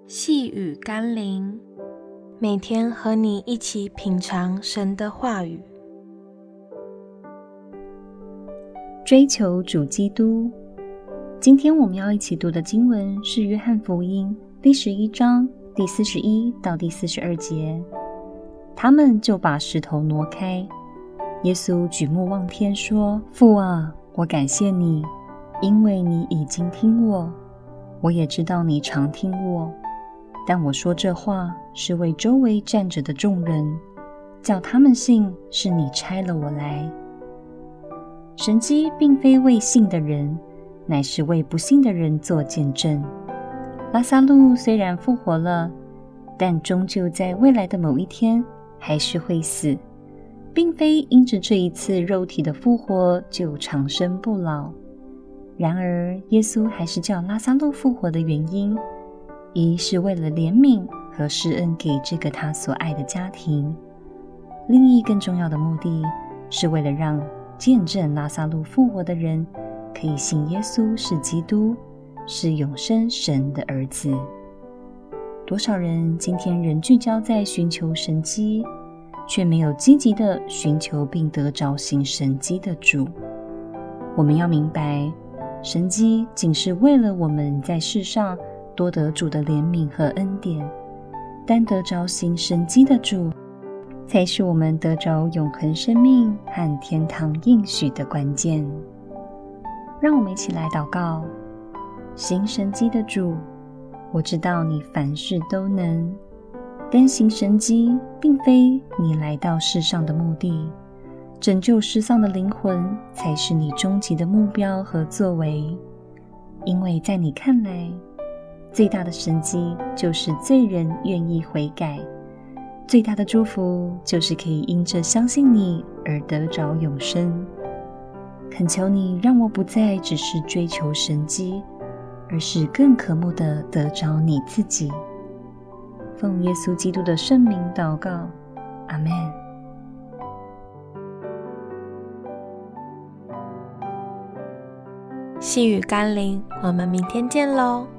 细雨甘霖，每天和你一起品尝神的话语， 追求主基督。今天我们要一起读的经文是约翰福音第11章第41到第42节。他们就把石头挪开。耶稣举目望天说：父啊，我感谢你，因为你已经听我。我也知道你常听我，但我说这话是为周围站着的众人，叫他们信是你差了我来。神迹并非为信的人，乃是为不信的人做见证。拉撒路虽然复活了，但终究在未来的某一天还是会死，并非因着这一次肉体的复活就长生不老。然而耶稣还是叫拉撒路复活的原因，一是为了怜悯和施恩给这个他所爱的家庭，另一更重要的目的是为了让见证拉撒路复活的人可以信耶稣是基督，是永生神的儿子。多少人今天仍聚焦在寻求神迹，却没有积极的寻求并得着行神迹的主。我们要明白，神迹仅是为了我们在世上多得主的怜悯和恩典，但得着行神迹的主，才是我们得着永恒生命和天堂应许的关键。让我们一起来祷告。行神迹的主，我知道你凡事都能，但行神迹并非你来到世上的目的，拯救失丧的灵魂才是你终极的目标和作为。因为在你看来，最大的神迹就是罪人愿意悔改，最大的祝福就是可以因着相信你而得着永生。恳求你让我不再只是追求神迹，而是更渴慕地得着你自己。奉耶稣基督的圣名祷告，阿们。 细雨甘霖，我们明天见咯。